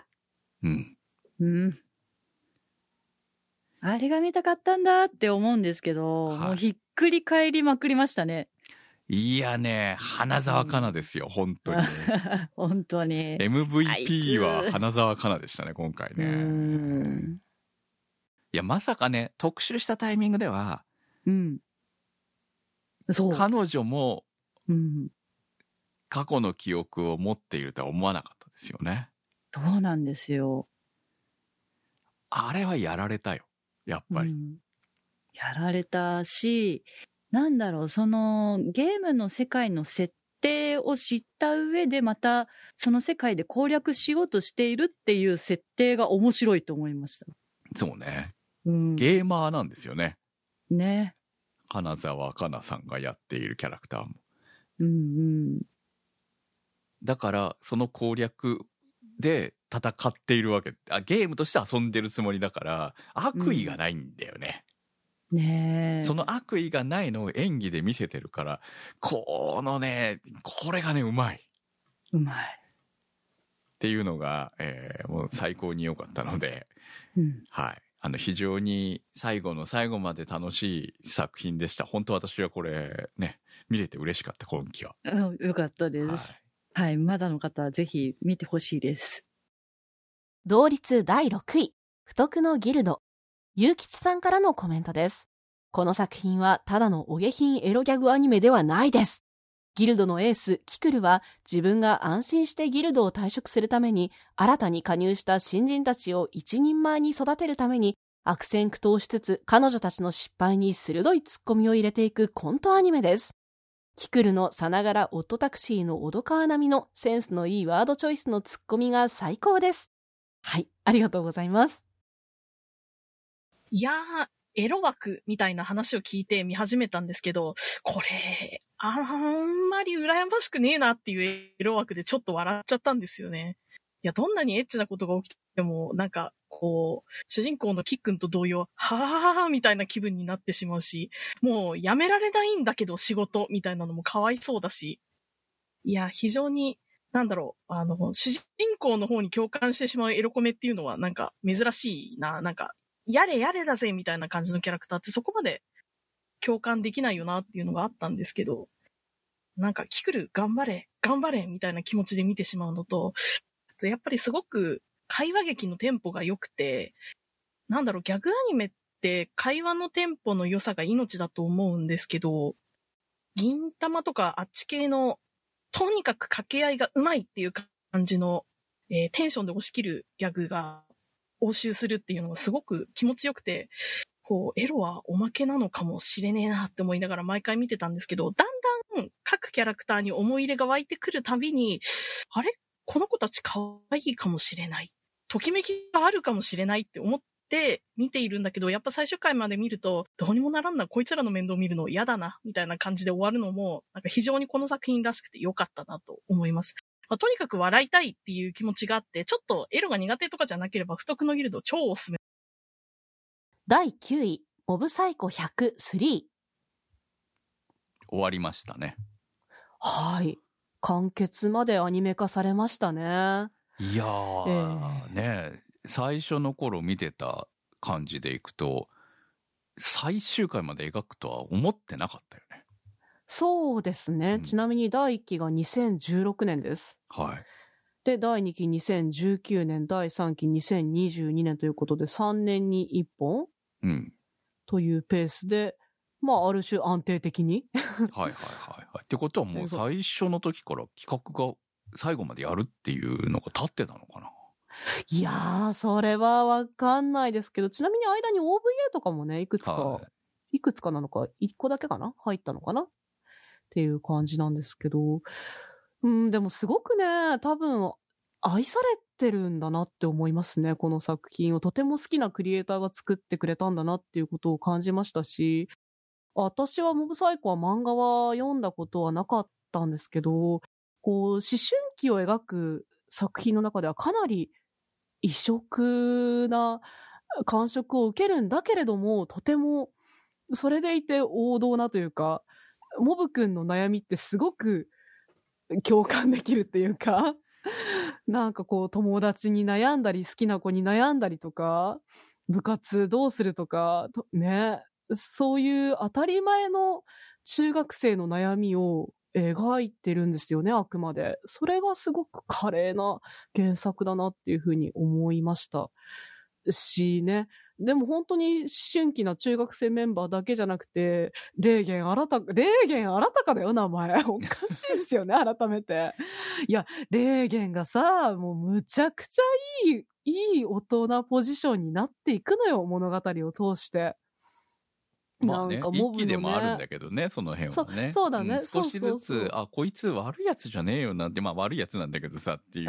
あれが見たかったんだって思うんですけど、もうひっくり返りまくりましたね。 いやね、花澤香菜ですよ、本当に。 本当に。 MVP は花澤香菜でしたね、今回ね。いや、まさかね、特集したタイミングでは、 彼女も、 うん、 過去の記憶を持っているとは思わなかったですよね。 そうなんですよ。 あれはやられたよ、やっぱり。 やられたし、なんだろう、そのゲームの世界の設定を知った上でまたその世界で攻略しようとしているっていう設定が面白いと思いました。 そうね。 ゲーマーなんですよね。 ね。 花澤香菜さんがやっているキャラクターも。だからその攻略で戦っているわけ。ゲームとして遊んでるつもりだから悪意がないんだよね。 ねえ。 その悪意がないのを演技で見せてるから、このね、これがね、うまい。 うまい。 っていうのが、もう最高に良かったので、はい。非常に最後の最後まで楽しい作品でした。本当私はこれね、見れて嬉しかった、今期は。 よかったです。はい。まだの方はぜひ見てほしいです。 同率第6位、不徳のギルド。ゆうきちさんからのコメントです。この作品はただのお下品エロギャグアニメではないです。ギルドのエース、キクルは自分が安心してギルドを退職するために新たに加入した新人たちを一人前に育てるために悪戦苦闘しつつ彼女たちの失敗に鋭いツッコミを入れていくコントアニメです。キクルのさながらオットタクシーの小戸川並みのセンスのいいワードチョイスのツッコミが最高です。はい、ありがとうございます。 いやー、エロ枠みたいな話を聞いて見始めたんですけど、これ、あんまり羨ましくねえなっていうエロ枠でちょっと笑っちゃったんですよね。いや、どんなにエッチなことが起きても、なんか、こう、主人公のキックンと同様、はぁーみたいな気分になってしまうし、もうやめられないんだけど仕事みたいなのもかわいそうだし、いや、非常に、なんだろう、主人公の方に共感してしまうエロコメっていうのはなんか珍しいな、なんか、やれやれだぜみたいな感じのキャラクターってそこまで共感できないよなっていうのがあったんですけど、なんかキクル頑張れ頑張れみたいな気持ちで見てしまうのと、やっぱりすごく会話劇のテンポが良くて、なんだろう、ギャグアニメって会話のテンポの良さが命だと思うんですけど、銀玉とかあっち系のとにかく掛け合いがうまいっていう感じの、テンションで押し切るギャグが応酬するっていうのがすごく気持ちよくて、こう、エロはおまけなのかもしれねえなって思いながら毎回見てたんですけど、だんだん各キャラクターに思い入れが湧いてくるたびに、あれこの子たち可愛いかもしれない。ときめきがあるかもしれないって思って見ているんだけど、やっぱ最終回まで見ると、どうにもならんな、こいつらの面倒見るの嫌だな、みたいな感じで終わるのも、なんか非常にこの作品らしくて良かったなと思います。とにかく笑いたいっていう気持ちがあって、ちょっとエロが苦手とかじゃなければ不徳のギルド超おすすめ。 第9位、モブサイコ100-3。終わりましたね。 はい。完結までアニメ化されましたね。 いやー、ね、最初の頃見てた感じでいくと、最終回まで描くとは思ってなかったよね。 そうですね。ちなみに第1期が2016年です。 はい。 で、第2期2019年、第3期2022年ということで、3年に1本というペースで、まあ、ある種安定的に。 はいはいはいはい。ってことはもう最初の時から企画が最後までやるっていうのが立ってたのかな。 いやー、それはわかんないですけど、ちなみに間に OVA とかもね、いくつかなのか、1個だけかな入ったのかなっていう感じなんですけど、でもすごくね、多分愛されてるんだなって思いますね、この作品を。とても好きなクリエイターが作ってくれたんだなっていうことを感じましたし、私はモブサイコは漫画は読んだことはなかったんですけど、こう、思春期を描く作品の中ではかなり異色な感触を受けるんだけれども、とてもそれでいて王道なというか、モブくんの悩みってすごく共感できるっていうか、なんかこう友達に悩んだり好きな子に悩んだりとか、部活どうするとかね、そういう当たり前の中学生の悩みを描いてるんですよね、あくまで。それがすごく華麗な原作だなっていうふうに思いましたしね。 でも本当に思春期な中学生メンバーだけじゃなくて、レーゲン新ただよ、名前。おかしいですよね、改めて。いや、レーゲンがさ、もうむちゃくちゃいい大人ポジションになっていくのよ、物語を通して。 まあね、一気でもあるんだけどね、その辺はね。 そうだね。 少しずつ、こいつ悪いやつじゃねえよなんて、まあ悪いやつなんだけどさっていう、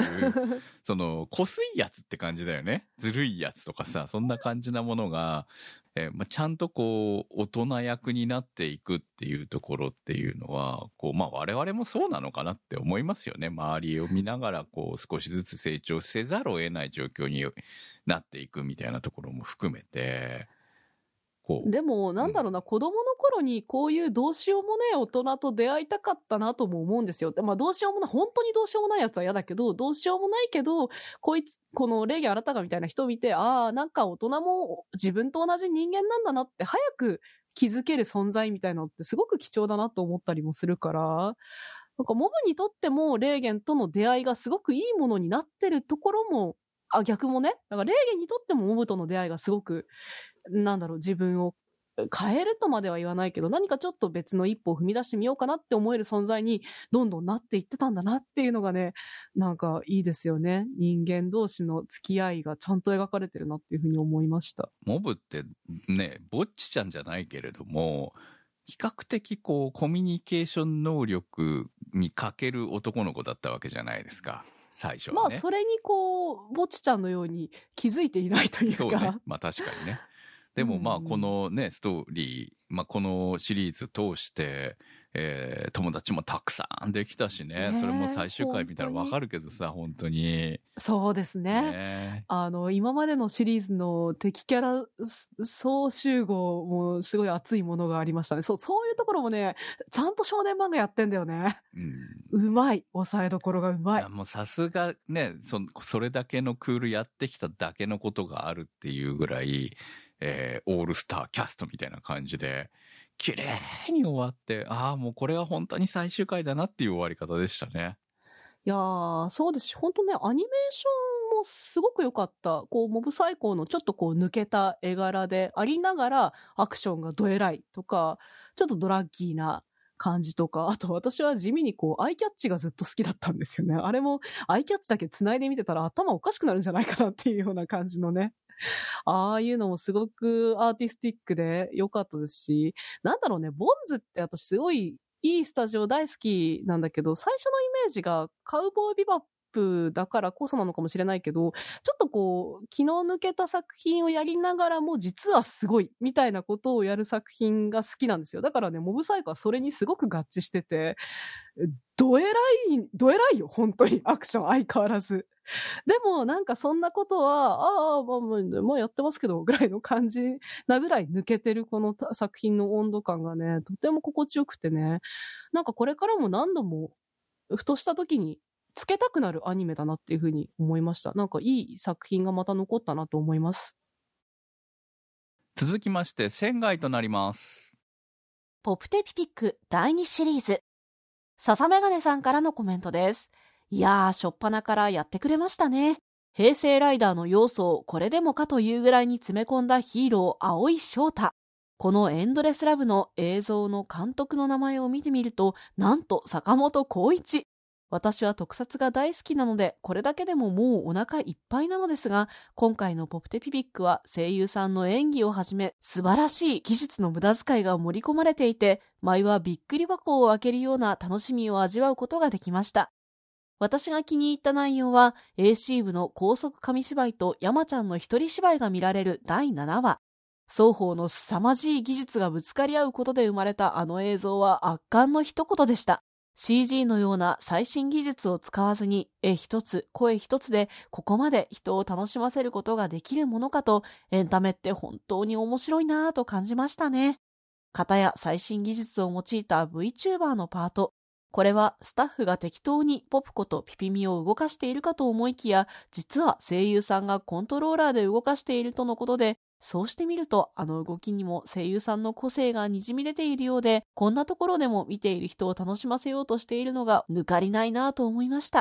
こすいやつって感じだよね。ずるいやつとかさ、そんな感じなものが、ちゃんと大人役になっていくっていうところっていうのは、我々もそうなのかなって思いますよね。周りを見ながら、少しずつ成長せざるを得ない状況になっていくみたいなところも含めて、 でも、なんだろうな、子供の頃にこういうどうしようもねえ大人と出会いたかったなとも思うんですよ。まあ、どうしようもない、本当にどうしようもないやつは嫌だけど、どうしようもないけど、このレーゲン新たみたいな人を見て、なんか大人も自分と同じ人間なんだなって早く気づける存在みたいなのってすごく貴重だなと思ったりもするから、なんかモブにとってもレーゲンとの出会いがすごくいいものになってるところも、逆もね、だからレーゲンにとってもモブとの出会いがすごく、自分を変えるとまでは言わないけど、何かちょっと別の一歩を踏み出してみようかなって思える存在にどんどんなっていってたんだなっていうのがね、なんかいいですよね。人間同士の付き合いがちゃんと描かれてるなっていうふうに思いました。 モブってね、ぼっちちゃんじゃないけれども、比較的コミュニケーション能力に欠ける男の子だったわけじゃないですか。最初はね。 それにぼっちちゃんのように気づいていないというか。 そうね。まあ確かにね。でもこのね、ストーリー、このシリーズ通して、友達もたくさんできたしね。それも最終回見たらわかるけどさ、本当に。 そうですね。今までのシリーズの敵キャラ総集合もすごい熱いものがありましたね。そういうところもね、ちゃんと少年漫画やってんだよね。うまい。抑えどころがうまい。 もうさすがね、それだけのクールやってきただけのことがあるっていうぐらい、オールスターキャストみたいな感じで、綺麗に終わって、もうこれは本当に最終回だなっていう終わり方でしたね。 いやー、そうですし、本当ね、アニメーションもすごく良かった。モブサイコーのちょっと抜けた絵柄でありながら、アクションがドエラいとか、ちょっとドラッキーな感じとか、あと私は地味にアイキャッチがずっと好きだったんですよね。あれも、アイキャッチだけ繋いで見てたら頭おかしくなるんじゃないかなっていうような感じのね。ああいうのもすごくアーティスティックで良かったですし、ボンズって私すごいいいスタジオ大好きなんだけど、最初のイメージがカウボーイビバップだからこそなのかもしれないけど、ちょっと気の抜けた作品をやりながらも実はすごいみたいなことをやる作品が好きなんですよ。だからね、モブサイコはそれにすごく合致してて、ドエラいよ、本当に。アクション相変わらず。でもそんなことは、もうやってますけど、ぐらいの感じなぐらい抜けてるこの作品の温度感がね、とても心地よくてね、これからも何度も、ふとした時につけたくなるアニメだなっていうふうに思いました。いい作品がまた残ったなと思います。 続きまして、仙外となります。 ポプテピピック第2シリーズ。笹メガネさんからのコメントです。いやー、しょっぱなからやってくれましたね。平成ライダーの要素をこれでもかというぐらいに詰め込んだヒーロー、青井翔太。このエンドレスラブの映像の監督の名前を見てみると、なんと坂本浩一。私は特撮が大好きなので、これだけでももうお腹いっぱいなのですが、今回のポプテピピックは声優さんの演技をはじめ、素晴らしい技術の無駄遣いが盛り込まれていて、毎はびっくり箱を開けるような楽しみを味わうことができました。私が気に入った内容は AC 部の高速紙芝居と山ちゃんの一人芝居が見られる第7話。双方の凄まじい技術がぶつかり合うことで生まれたあの映像は圧巻の一言でした。CG のような最新技術を使わずに絵一つ声一つでここまで人を楽しませることができるものかと、エンタメって本当に面白いなぁと感じましたね。片や最新技術を用いた VTuber のパート。これはスタッフが適当にポプコとピピミを動かしているかと思いきや、実は声優さんがコントローラーで動かしているとのことで、そうしてみるとあの動きにも声優さんの個性がにじみ出ているようで、こんなところでも見ている人を楽しませようとしているのが抜かりないなぁと思いました。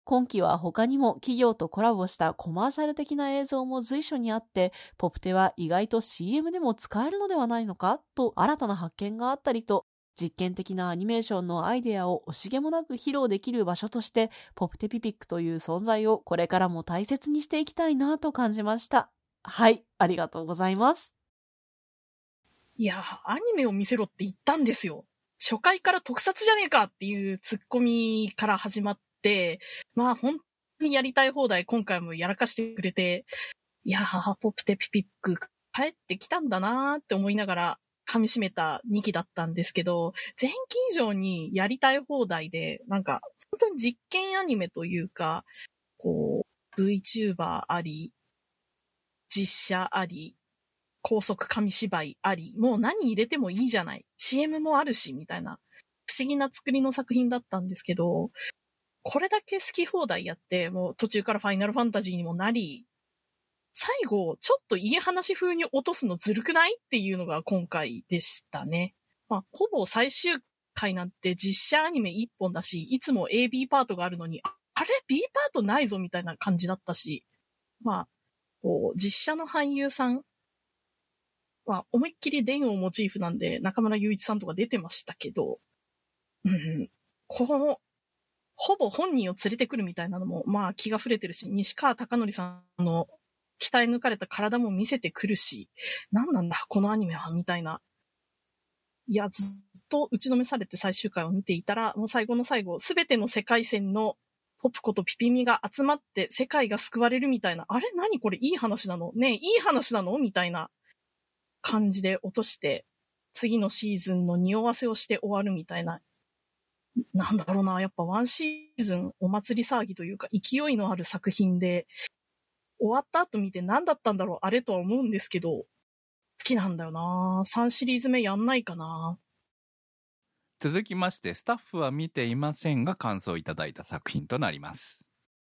今期は他にも企業とコラボしたコマーシャル的な映像も随所にあって、ポプテは意外と CM でも使えるのではないのかと新たな発見があったりと、実験的なアニメーションのアイデアを惜しげもなく披露できる場所として、ポプテピピックという存在をこれからも大切にしていきたいなと感じました。はい、ありがとうございます。 いや、アニメを見せろって言ったんですよ。初回から特撮じゃねえかっていうツッコミから始まって、まあ本当にやりたい放題今回もやらかしてくれて、いやー、ポプテピピック帰ってきたんだなーって思いながら噛み締めた2期だったんですけど、前期以上にやりたい放題で、なんか本当に実験アニメというか、こう VTuber あり、実写あり、高速紙芝居あり、もう何入れてもいいじゃない。CM もあるし、みたいな不思議な作りの作品だったんですけど、これだけ好き放題やって、もう途中からファイナルファンタジーにもなり、最後、ちょっと家話風に落とすのずるくないっていうのが今回でしたね。まあ、ほぼ最終回なんて実写アニメ1本だし、いつも AB パートがあるのに、あれ ?B パートないぞみたいな感じだったし、まあ、こう、実写の俳優さん、まあ、思いっきり電をモチーフなんで、中村雄一さんとか出てましたけど、この、ほぼ本人を連れてくるみたいなのも、まあ気が触れてるし、西川貴教さんの鍛え抜かれた体も見せてくるし、何なんだ、このアニメは、みたいな。いや、ずっと打ちのめされて最終回を見ていたら、もう最後の最後、すべての世界線のポプコとピピミが集まって世界が救われるみたいな、あれ何これいい話なのねえ、いい話なのみたいな感じで落として、次のシーズンの匂わせをして終わるみたいな。なんだろうな、やっぱワンシーズンお祭り騒ぎというか勢いのある作品で、終わった後見て何だったんだろうあれとは思うんですけど、好きなんだよな。3シリーズ目やんないかな。 続きましてスタッフは見ていませんが感想いただいた作品となります。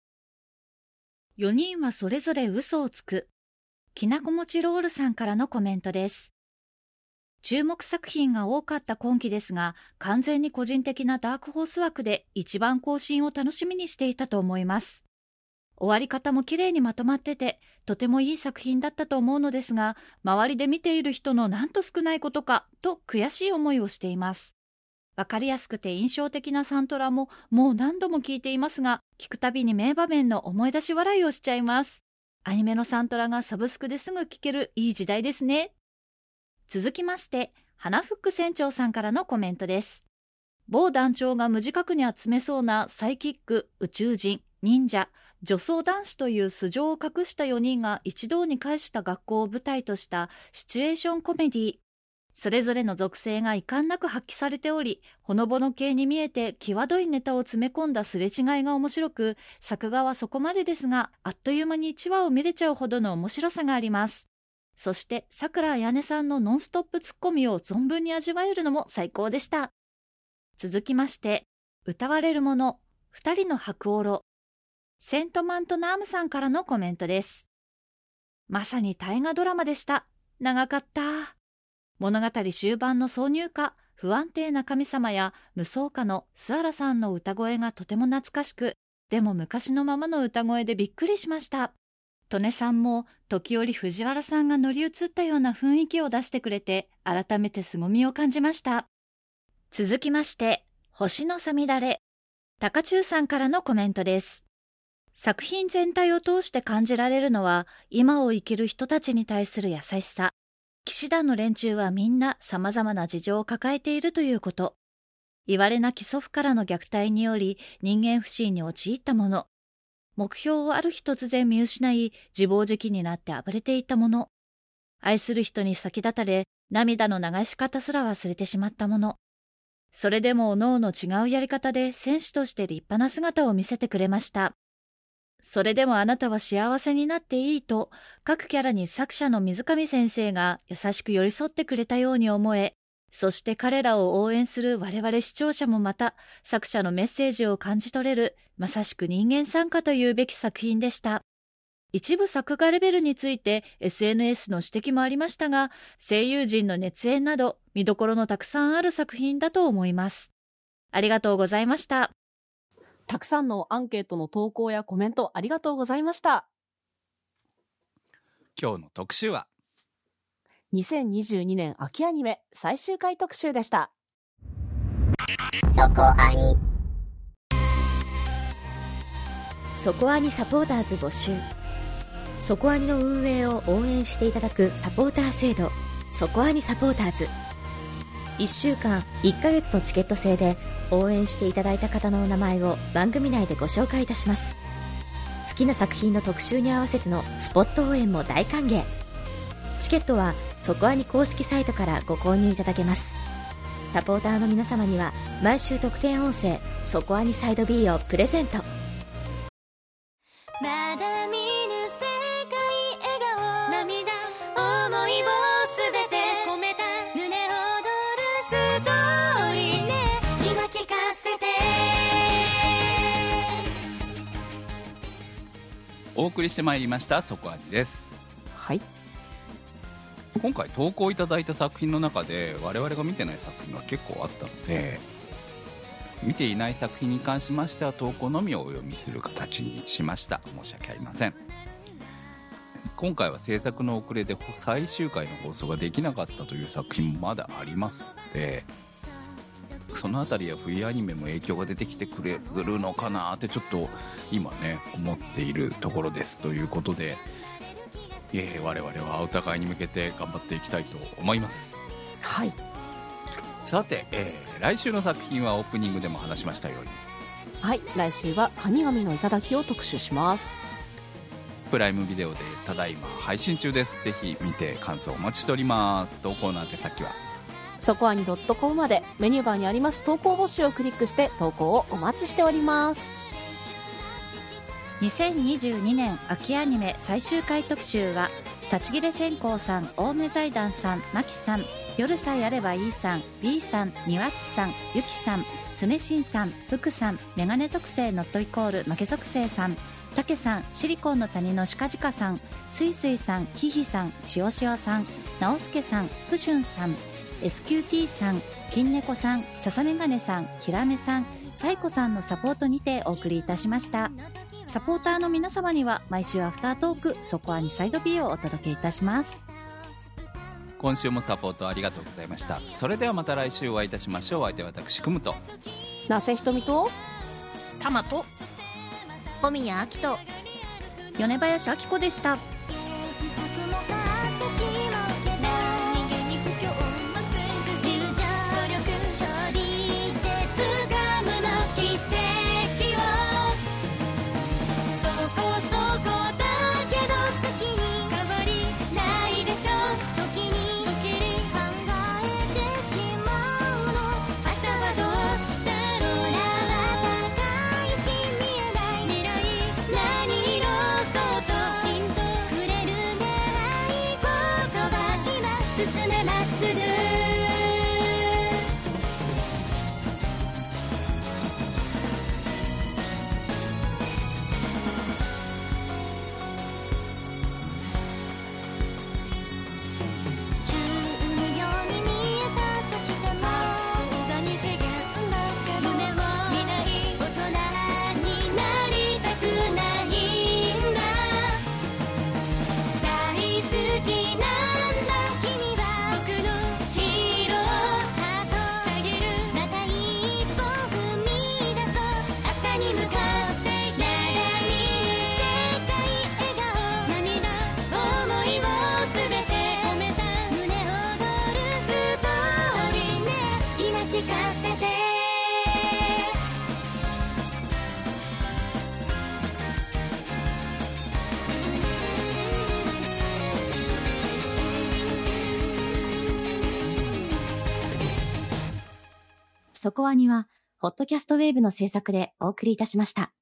4人はそれぞれ嘘をつく。きなこもちロールさんからのコメントです。注目作品が多かった今期ですが、完全に個人的なダークホース枠で一番更新を楽しみにしていたと思います。終わり方も綺麗にまとまってて、とてもいい作品だったと思うのですが、周りで見ている人のなんと少ないことかと悔しい思いをしています。わかりやすくて印象的なサントラももう何度も聞いていますが、聞くたびに名場面の思い出し笑いをしちゃいます。アニメのサントラがサブスクですぐ聴けるいい時代ですね。続きまして、花フック船長さんからのコメントです。某団長が無自覚に集めそうなサイキック、宇宙人、忍者、女装男子という素性を隠した4人が一堂に会した学校を舞台としたシチュエーションコメディ。それぞれの属性が遺憾なく発揮されており、ほのぼの系に見えて際どいネタを詰め込んだすれ違いが面白く、作画はそこまでですが、あっという間に1話を見れちゃうほどの面白さがあります。そして、さくらあやねさんのノンストップツッコミを存分に味わえるのも最高でした。続きまして、歌われるもの、2人の白オロ。セントマントナームさんからのコメントです。まさに大河ドラマでした。長かった。物語終盤の挿入歌、不安定な神様や無双歌のスアラさんの歌声がとても懐かしく、でも昔のままの歌声でびっくりしました。トネさんも時折藤原さんが乗り移ったような雰囲気を出してくれて、改めて凄みを感じました。続きまして、星のさみだれ。高中さんからのコメントです。作品全体を通して感じられるのは、今を生きる人たちに対する優しさ。騎士団の連中はみんな様々な事情を抱えているということ。言われなき祖父からの虐待により人間不信に陥ったもの。目標をある日突然見失い、自暴自棄になって暴れていったもの。愛する人に先立たれ、涙の流し方すら忘れてしまったもの。それでも各々違うやり方で戦士として立派な姿を見せてくれました。それでもあなたは幸せになっていいと、各キャラに作者の水上先生が優しく寄り添ってくれたように思え、そして彼らを応援する我々視聴者もまた、作者のメッセージを感じ取れる、まさしく人間参加というべき作品でした。一部作画レベルについて SNS の指摘もありましたが、声優陣の熱演など見どころのたくさんある作品だと思います。ありがとうございました。 たくさんのアンケートの投稿やコメントありがとうございました。 今日の特集は 2022年秋アニメ最終回特集でした。 そこアニ。 そこアニサポーターズ募集。そこアニの運営を応援していただくサポーター制度、そこアニサポーターズ。1週間1ヶ月のチケット制で応援していただいた方のお名前を番組内でご紹介いたします。好きな作品の特集に合わせてのスポット応援も大歓迎。チケットはそこアニ公式サイトからご購入いただけます。サポーターの皆様には毎週特典音声そこアニサイド B をプレゼント。 まだ見ぬ世界笑顔涙思いをすべて込めた胸躍るストーリーね今聞かせて。 お送りしてまいりましたそこアニです。 はい、 今回投稿いただいた作品の中で我々が見てない作品が結構あったので、見ていない作品に関しましては投稿のみをお読みする形にしました。申し訳ありません。今回は制作の遅れで最終回の放送ができなかったという作品もまだありますので、そのあたりや冬アニメも影響が出てきてくれるのかなってちょっと今ね思っているところです。ということで我々はお互いに向けて頑張っていきたいと思います。 はい。 さて、来週の作品はオープニングでも話しましたように、 はい、来週は神々の頂を特集します。 プライムビデオでただいま配信中です。ぜひ見て感想お待ちしております。投稿の宛先はそこアニ.com まで。メニューバーにあります投稿募集をクリックして投稿をお待ちしております。 2022年秋アニメ最終回特集は立ち切れ線香さん、青梅財団さん、マキさん、夜さえあればいいさん、 B さん、ニワッチさん、ユキさん、常新さん、福さん、メガネ属性ノットイコール負け属性さん、タケさん、シリコンの谷のシカジカさん、スイスイさん、ヒヒさん、シオシオさん、ナオスケさん、プシュンさん、SQT さん、金猫さん、ササメガネさん、ヒラメさん、サイコさんのサポートにてお送りいたしました。サポーターの皆様には毎週アフタートークそこアニサイド B をお届けいたします。 今週もサポートありがとうございました。それではまた来週お会いいたしましょう。お相手は私クムと那瀬ひとみとタマと小宮明と米林明子でした。 そこアニはホットキャストウェーブの制作でお送りいたしました。